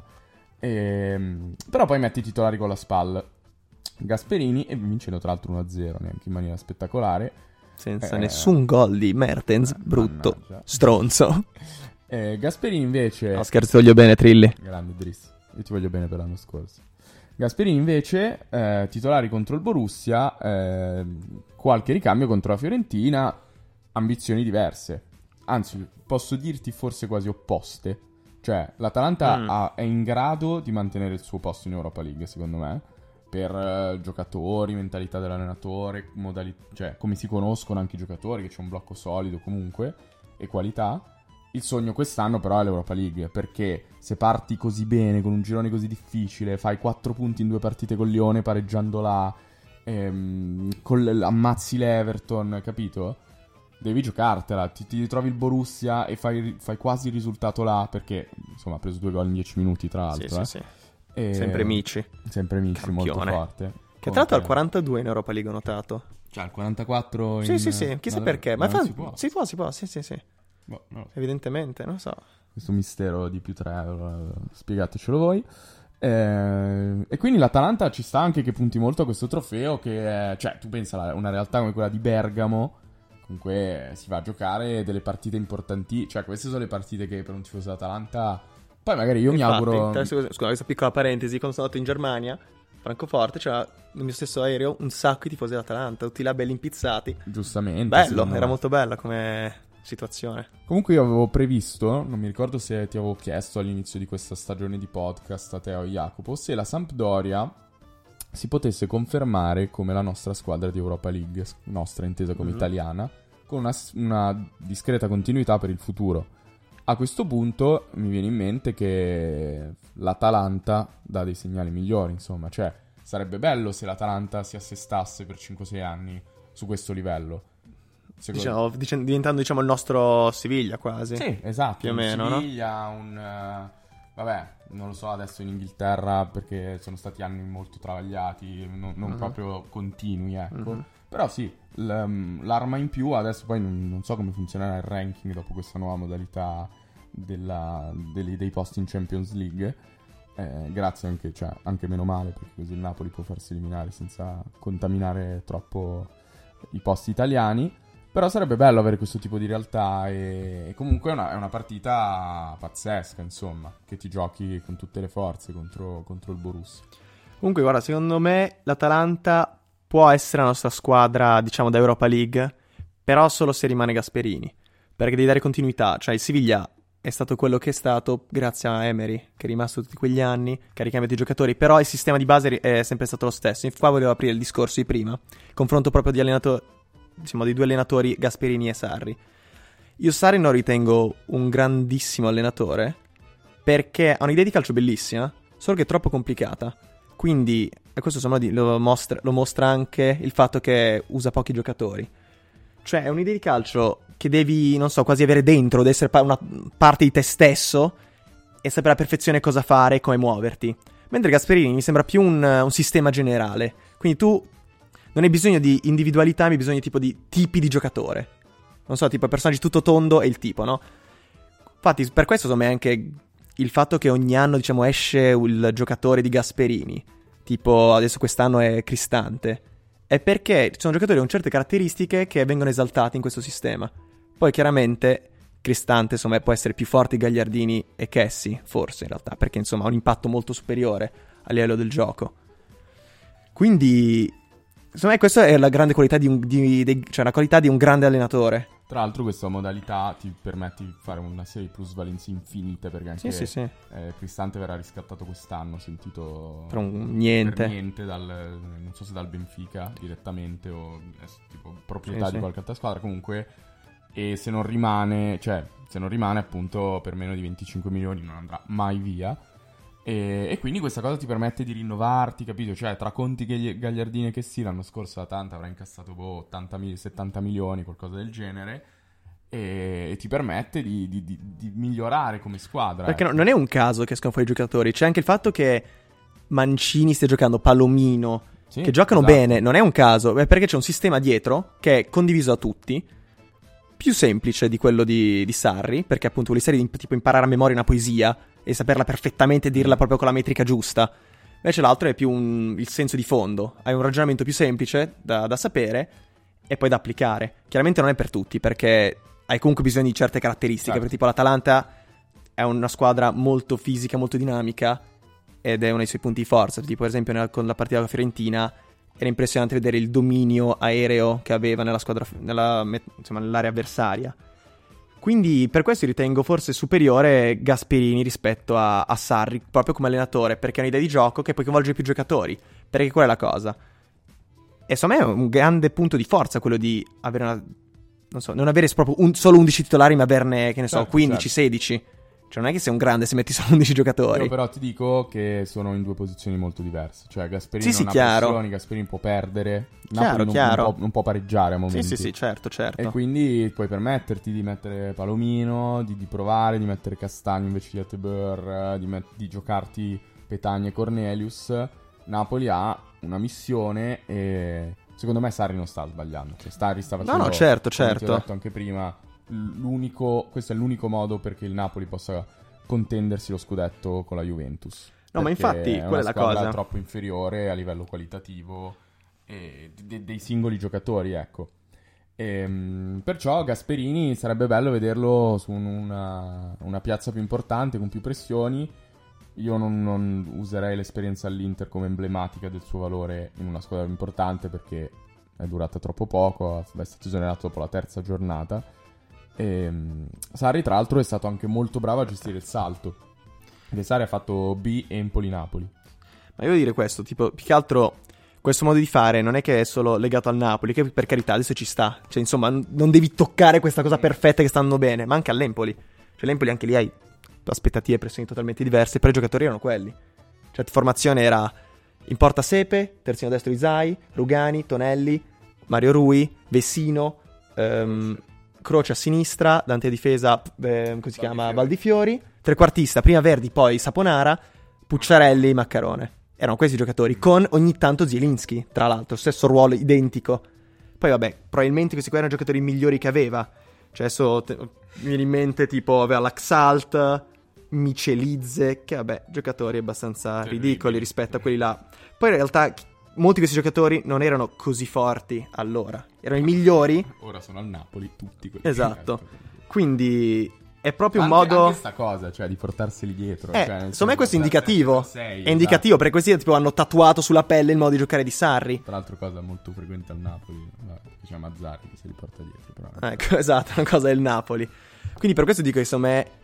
Però poi metti i titolari con la SPAL, Gasperini, e vincendo tra l'altro 1-0, neanche in maniera spettacolare. Senza nessun gol di Mertens, brutto, mannaggia. stronzo. Gasperini invece... No, scherzo, ti voglio bene, Trilli. Grande Driss, io ti voglio bene per l'anno scorso. Gasperini invece, titolari contro il Borussia, qualche ricambio contro la Fiorentina, ambizioni diverse. Anzi, posso dirti forse quasi opposte. Cioè, l'Atalanta è in grado di mantenere il suo posto in Europa League, secondo me, per giocatori, mentalità dell'allenatore, cioè come si conoscono anche i giocatori, che c'è un blocco solido comunque, e qualità. Il sogno quest'anno però è l'Europa League, perché se parti così bene, con un girone così difficile, fai 4 punti in 2 partite con Lione, pareggiando là, ammazzi l'Everton, capito? Devi giocartela, ti ritrovi il Borussia e fai quasi il risultato là, perché insomma ha preso 2 gol in 10 minuti tra l'altro. Sì. Sempre Mici. Sempre Mici, Campione. molto forte. Che tra l'altro al 42 in Europa League ho notato. Cioè al 44 Sì, chissà perché. Ma si può. Si può, sì. Boh, no. Evidentemente, non so. Questo mistero di più 3 euro, spiegatecelo voi. E quindi l'Atalanta ci sta anche che punti molto a questo trofeo, che è, cioè tu pensa a una realtà come quella di Bergamo, comunque si va a giocare delle partite importanti, cioè queste sono le partite che per un tifoso dell'Atalanta, poi magari io Infatti, mi auguro... Scusa, questa piccola parentesi, quando sono andato in Germania, Francoforte, c'era nel mio stesso aereo un sacco di tifosi dell'Atalanta, tutti là belli impizzati. Giustamente. Bello, era molto bella come situazione. Comunque io avevo previsto, non mi ricordo se ti avevo chiesto all'inizio di questa stagione di podcast a te o a Jacopo, se la Sampdoria si potesse confermare come la nostra squadra di Europa League, nostra intesa come italiana, con una discreta continuità per il futuro. A questo punto mi viene in mente che l'Atalanta dà dei segnali migliori, insomma, cioè sarebbe bello se l'Atalanta si assestasse per 5-6 anni su questo livello. Diventando il nostro Siviglia quasi. Sì, esatto. Più o meno, Siviglia, vabbè, non lo so adesso in Inghilterra perché sono stati anni molto travagliati, non proprio continui, ecco. Però sì, l'arma in più, adesso poi non so come funzionerà il ranking dopo questa nuova modalità dei posti in Champions League. Grazie anche, cioè, anche meno male, perché così il Napoli può farsi eliminare senza contaminare troppo i posti italiani. Però sarebbe bello avere questo tipo di realtà e comunque è una partita pazzesca, insomma, che ti giochi con tutte le forze contro il Borussia. Comunque, guarda, secondo me l'Atalanta può essere la nostra squadra, diciamo, da Europa League, però solo se rimane Gasperini, perché devi dare continuità. Cioè il Siviglia è stato quello che è stato grazie a Emery, che è rimasto tutti quegli anni, che ha ricambiato i giocatori, però il sistema di base è sempre stato lo stesso. Qua volevo aprire il discorso di prima, confronto proprio di allenatori, diciamo, dei due allenatori, Gasperini e Sarri. Io Sarri non ritengo un grandissimo allenatore, perché ha un'idea di calcio bellissima, solo che è troppo complicata. Quindi, e questo insomma lo mostra anche il fatto che usa pochi giocatori. Cioè, è un'idea di calcio che devi, non so, quasi avere dentro, deve essere una parte di te stesso e sapere alla perfezione cosa fare e come muoverti. Mentre Gasperini mi sembra più un sistema generale. Quindi tu non hai bisogno di individualità, ma hai bisogno tipo di tipi di giocatore. Non so, tipo personaggi tutto tondo e il tipo, no? Infatti, per questo secondo me anche il fatto che ogni anno, diciamo, esce il giocatore di Gasperini, tipo adesso quest'anno è Cristante, è perché ci sono giocatori con certe caratteristiche che vengono esaltati in questo sistema. Poi chiaramente Cristante, insomma, può essere più forte di Gagliardini e Kessie, forse in realtà, perché insomma ha un impatto molto superiore a livello del gioco. Quindi, secondo me questa è la grande qualità cioè la qualità di un grande allenatore. Tra l'altro questa modalità ti permette di fare una serie di plusvalenze infinite, perché anche sì. Cristante verrà riscattato quest'anno, ho sentito per niente non so se dal Benfica direttamente o tipo proprietà di qualche altra squadra, comunque, e se non rimane appunto per meno di 25 milioni non andrà mai via. E quindi questa cosa ti permette di rinnovarti, capito? Cioè, tra Conti, Gagliardini e Kessie l'anno scorso l'Atalanta avrà incassato 70 milioni, qualcosa del genere, e ti permette di migliorare come squadra. Perché non è un caso che escono fuori i giocatori, c'è anche il fatto che Mancini stia giocando, Palomino, che giocano bene, non è un caso, è perché c'è un sistema dietro che è condiviso da tutti, più semplice di quello di Sarri, perché appunto vuole essere tipo imparare a memoria una poesia e saperla perfettamente, dirla proprio con la metrica giusta. Invece l'altro è più il senso di fondo. Hai un ragionamento più semplice da sapere e poi da applicare. Chiaramente non è per tutti, perché hai comunque bisogno di certe caratteristiche. Certo. Per tipo l'Atalanta è una squadra molto fisica, molto dinamica, ed è uno dei suoi punti di forza. Tipo per esempio con la partita con la Fiorentina era impressionante vedere il dominio aereo che aveva nella squadra, nell'area avversaria. Quindi per questo ritengo forse superiore Gasperini rispetto a Sarri, proprio come allenatore, perché ha un'idea di gioco che puoi coinvolgere più giocatori, perché quella è la cosa. E secondo me è un grande punto di forza quello di avere non avere proprio solo 11 titolari, ma averne, che ne so, 15, 16. Cioè non è che sei un grande se metti solo 11 giocatori. Io però ti dico che sono in due posizioni molto diverse. Cioè Gasperini non ha chiaro. pressioni, Gasperini può perdere, Napoli non può pareggiare a momenti. Sì, certo. E quindi puoi permetterti di mettere Palomino, di provare, di mettere Castagno invece di Atebeur, di giocarti Petagna e Cornelius. Napoli ha una missione e secondo me Sarri non sta sbagliando. Cioè Sarri sta facendo, no, certo. come ti ho detto anche prima, questo è l'unico modo perché il Napoli possa contendersi lo scudetto con la Juventus. No, ma infatti quella è la cosa. È una squadra troppo inferiore a livello qualitativo dei singoli giocatori, ecco. Perciò Gasperini sarebbe bello vederlo su una piazza più importante, con più pressioni. Io non userei l'esperienza all'Inter come emblematica del suo valore in una squadra importante, perché è durata troppo poco, è stato esonerato dopo la terza giornata. Sarri tra l'altro è stato anche molto bravo a gestire il salto. De Sarri ha fatto B Empoli-Napoli. Ma io devo dire questo, tipo, più che altro questo modo di fare non è che è solo legato al Napoli, che per carità adesso ci sta. Cioè insomma non devi toccare questa cosa perfetta che stanno bene, ma anche all'Empoli. Cioè l'Empoli anche lì hai aspettative e pressioni totalmente diverse, però i giocatori erano quelli. Cioè la formazione era in porta Sepe, terzino destro Isai, Rugani, Tonelli, Mario Rui, Vessino, Croce a sinistra, Dante a difesa, come si chiama? Valdifiori, trequartista, prima Verdi, poi Saponara, Pucciarelli, Maccarone. Erano questi i giocatori, con ogni tanto Zielinski, tra l'altro, stesso ruolo identico. Poi vabbè, probabilmente questi qua erano i giocatori migliori che aveva. Cioè adesso mi viene in mente tipo aveva l'Axalt, Michelizze, che vabbè, giocatori abbastanza ridicoli rispetto a quelli là. Poi in realtà molti di questi giocatori non erano così forti allora, erano i migliori. Ora sono al Napoli tutti quelli. Esatto. Quindi è proprio un modo anche sta cosa, cioè di portarseli dietro. Secondo me questo è indicativo. È indicativo, perché questi tipo hanno tatuato sulla pelle il modo di giocare di Sarri. Tra l'altro cosa molto frequente al Napoli, che c'è Mazzarri che se li porta dietro, però. Ecco, esatto, una cosa del Napoli. Quindi per questo dico che secondo me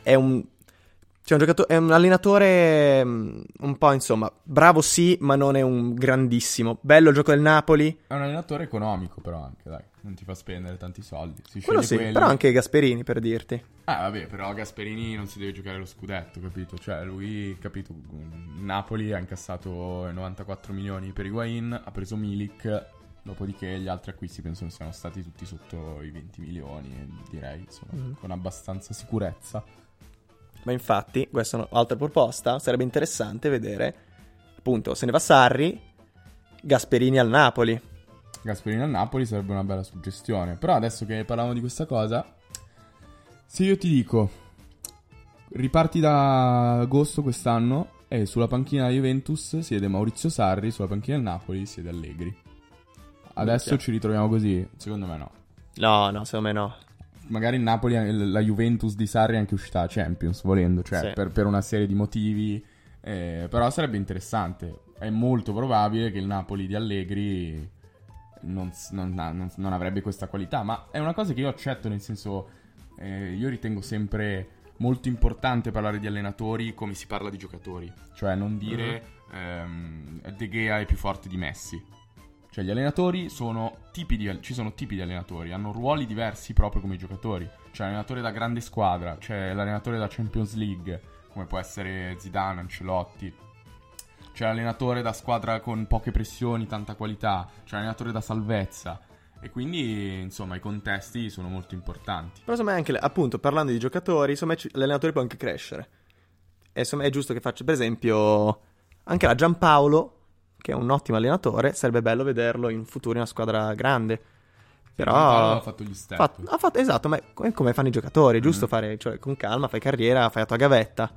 è un giocatore, è un allenatore un po', insomma, bravo sì, ma non è un grandissimo. Bello il gioco del Napoli. È un allenatore economico però anche, dai, non ti fa spendere tanti soldi. Quello sì, però anche Gasperini, per dirti. Vabbè, però Gasperini non si deve giocare lo scudetto, capito? Cioè, lui, capito, Napoli ha incassato 94 milioni per Higuain, ha preso Milik, dopodiché gli altri acquisti penso siano stati tutti sotto i 20 milioni, direi, insomma, con abbastanza sicurezza. Ma infatti, questa è un'altra proposta, sarebbe interessante vedere, appunto, se ne va Sarri, Gasperini al Napoli. Gasperini al Napoli sarebbe una bella suggestione, però adesso che parliamo di questa cosa, se io ti dico, riparti da agosto quest'anno e sulla panchina della Juventus siede Maurizio Sarri, sulla panchina del Napoli siede Allegri. Adesso ci ritroviamo così? Secondo me no. No, secondo me no. Magari il Napoli, la Juventus di Sarri è anche uscita a Champions, volendo, cioè sì. per una serie di motivi, però sarebbe interessante. È molto probabile che il Napoli di Allegri non avrebbe questa qualità, ma è una cosa che io accetto, nel senso, io ritengo sempre molto importante parlare di allenatori come si parla di giocatori, cioè non dire De Gea è più forte di Messi. Cioè gli allenatori sono ci sono tipi di allenatori, hanno ruoli diversi proprio come i giocatori. C'è l'allenatore da grande squadra, c'è l'allenatore da Champions League, come può essere Zidane, Ancelotti. C'è l'allenatore da squadra con poche pressioni, tanta qualità, c'è l'allenatore da salvezza. E quindi, insomma, i contesti sono molto importanti. Però insomma anche, appunto, parlando di giocatori, insomma l'allenatore può anche crescere. E insomma è giusto che faccia, per esempio, anche la Giampaolo, che è un ottimo allenatore, sarebbe bello vederlo in futuro in una squadra grande. Però ha fatto gli step. Esatto, ma come fanno i giocatori, è giusto fare, cioè, con calma, fai carriera, fai la tua gavetta.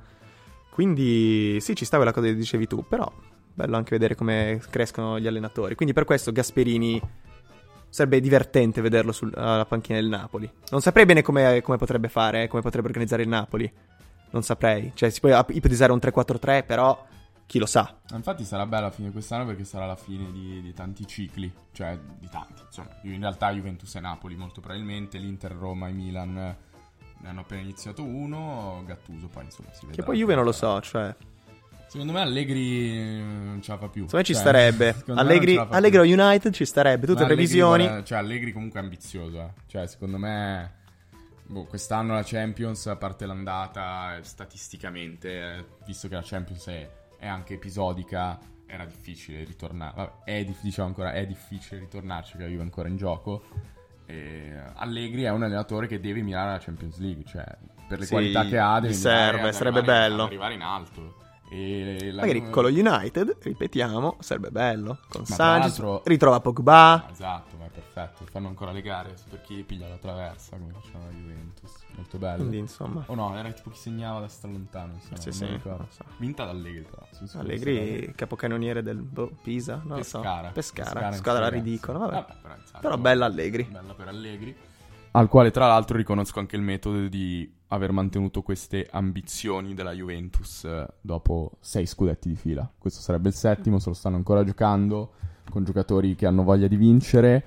Quindi sì, ci sta quella cosa che dicevi tu, però bello anche vedere come crescono gli allenatori. Quindi per questo Gasperini sarebbe divertente vederlo alla panchina del Napoli. Non saprei bene come potrebbe fare, come potrebbe organizzare il Napoli. Non saprei. Cioè si può ipotizzare un 3-4-3, però chi lo sa. Infatti sarà bella la fine di quest'anno perché sarà la fine di tanti cicli. Cioè di tanti, insomma. In realtà Juventus e Napoli molto probabilmente, l'Inter, Roma e Milan ne hanno appena iniziato uno, Gattuso poi insomma si vede. Che poi Juve non lo so, cioè secondo me Allegri non ce la fa più. Secondo me ci starebbe. Allegri o United ci starebbe. Tutte previsioni. Cioè Allegri comunque è ambizioso. Cioè secondo me quest'anno la Champions, a parte l'andata, statisticamente, visto che la Champions è anche episodica, era difficile ritornare. Vabbè, è difficile ritornarci, che la Juve è ancora in gioco. Allegri è un allenatore che deve mirare alla Champions League. Cioè per le qualità che ha deve sarebbe bello arrivare in alto. Magari con lo United, ripetiamo, sarebbe bello. Con Sanchez, ritrova Pogba. Esatto, ma è perfetto. Fanno ancora le gare per chi piglia la traversa, come faceva la Juventus. Molto bello. Quindi insomma. O no, era tipo chi segnava da stralontano. Sì, non so. Vinta da Allegri, però. Allegri, capocannoniere del Pisa, non Pescara. So. Pescara, squadra ridicola, vabbè. Però esatto, bella Allegri. Bella per Allegri. Al quale tra l'altro riconosco anche il metodo di aver mantenuto queste ambizioni della Juventus dopo 6 scudetti di fila. Questo sarebbe il 7º, se lo stanno ancora giocando, con giocatori che hanno voglia di vincere,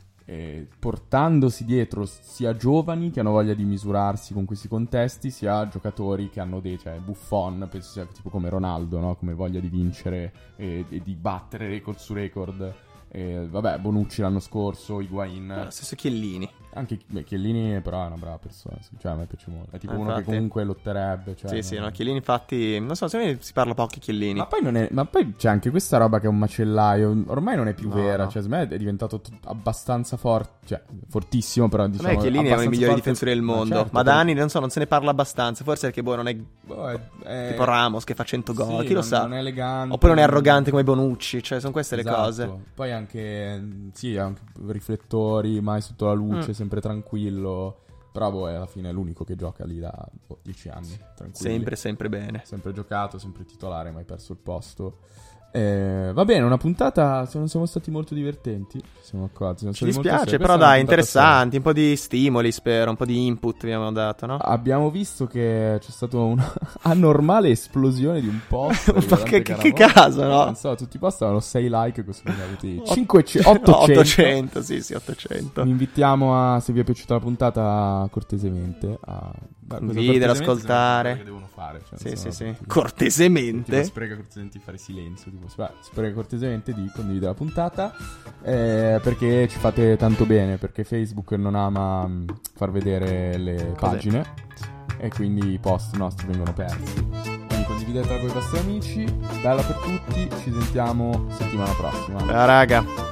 portandosi dietro sia giovani che hanno voglia di misurarsi con questi contesti, sia giocatori che hanno cioè Buffon, penso sia tipo come Ronaldo, no? Come voglia di vincere e di battere record su record. Vabbè, Bonucci l'anno scorso, Higuain. Stesso Chiellini. Anche Chiellini però è una brava persona, cioè a me piace molto. È tipo uno che comunque lotterebbe, cioè, Sì, no, Chiellini infatti, non so, se si parla poco di Chiellini. Ma poi c'è anche questa roba che è un macellaio, ormai non è più vera, cioè secondo me è diventato abbastanza forte, cioè fortissimo, però diciamo secondo me Chiellini è uno dei migliori difensori del mondo, certo, ma da anni non se ne parla abbastanza, forse perché non è tipo Ramos che fa 100 gol, chi lo sa. Non è elegante. Oppure non è arrogante come Bonucci, cioè sono queste le cose. Poi anche anche riflettori, mai sotto la luce, sempre tranquillo. Però alla fine è l'unico che gioca lì da 10 anni, tranquillo. Sempre bene. Sempre giocato, sempre titolare, mai perso il posto. Va bene, una puntata, non siamo stati molto divertenti, siamo accorti. Ci dispiace, però dai, interessanti, un po' di stimoli, spero, un po' di input abbiamo dato, no? Abbiamo visto che c'è stata una anormale esplosione di un post. che caso, no? Non so, tutti i post avevano 6 like, questo ne ha avuti 800. 800, sì, 800. Vi invitiamo se vi è piaciuta la puntata, cortesemente, a condividere, ascoltare. Che devono fare. Sì. Cortesemente. Tipo, sprega cortesemente di fare silenzio. Tipo, sprega cortesemente di condividere la puntata. Perché ci fate tanto bene. Perché Facebook non ama far vedere le pagine. E quindi i post nostri vengono persi. Quindi condividetela con i vostri amici. Bella per tutti. Ci sentiamo settimana prossima. Ciao raga.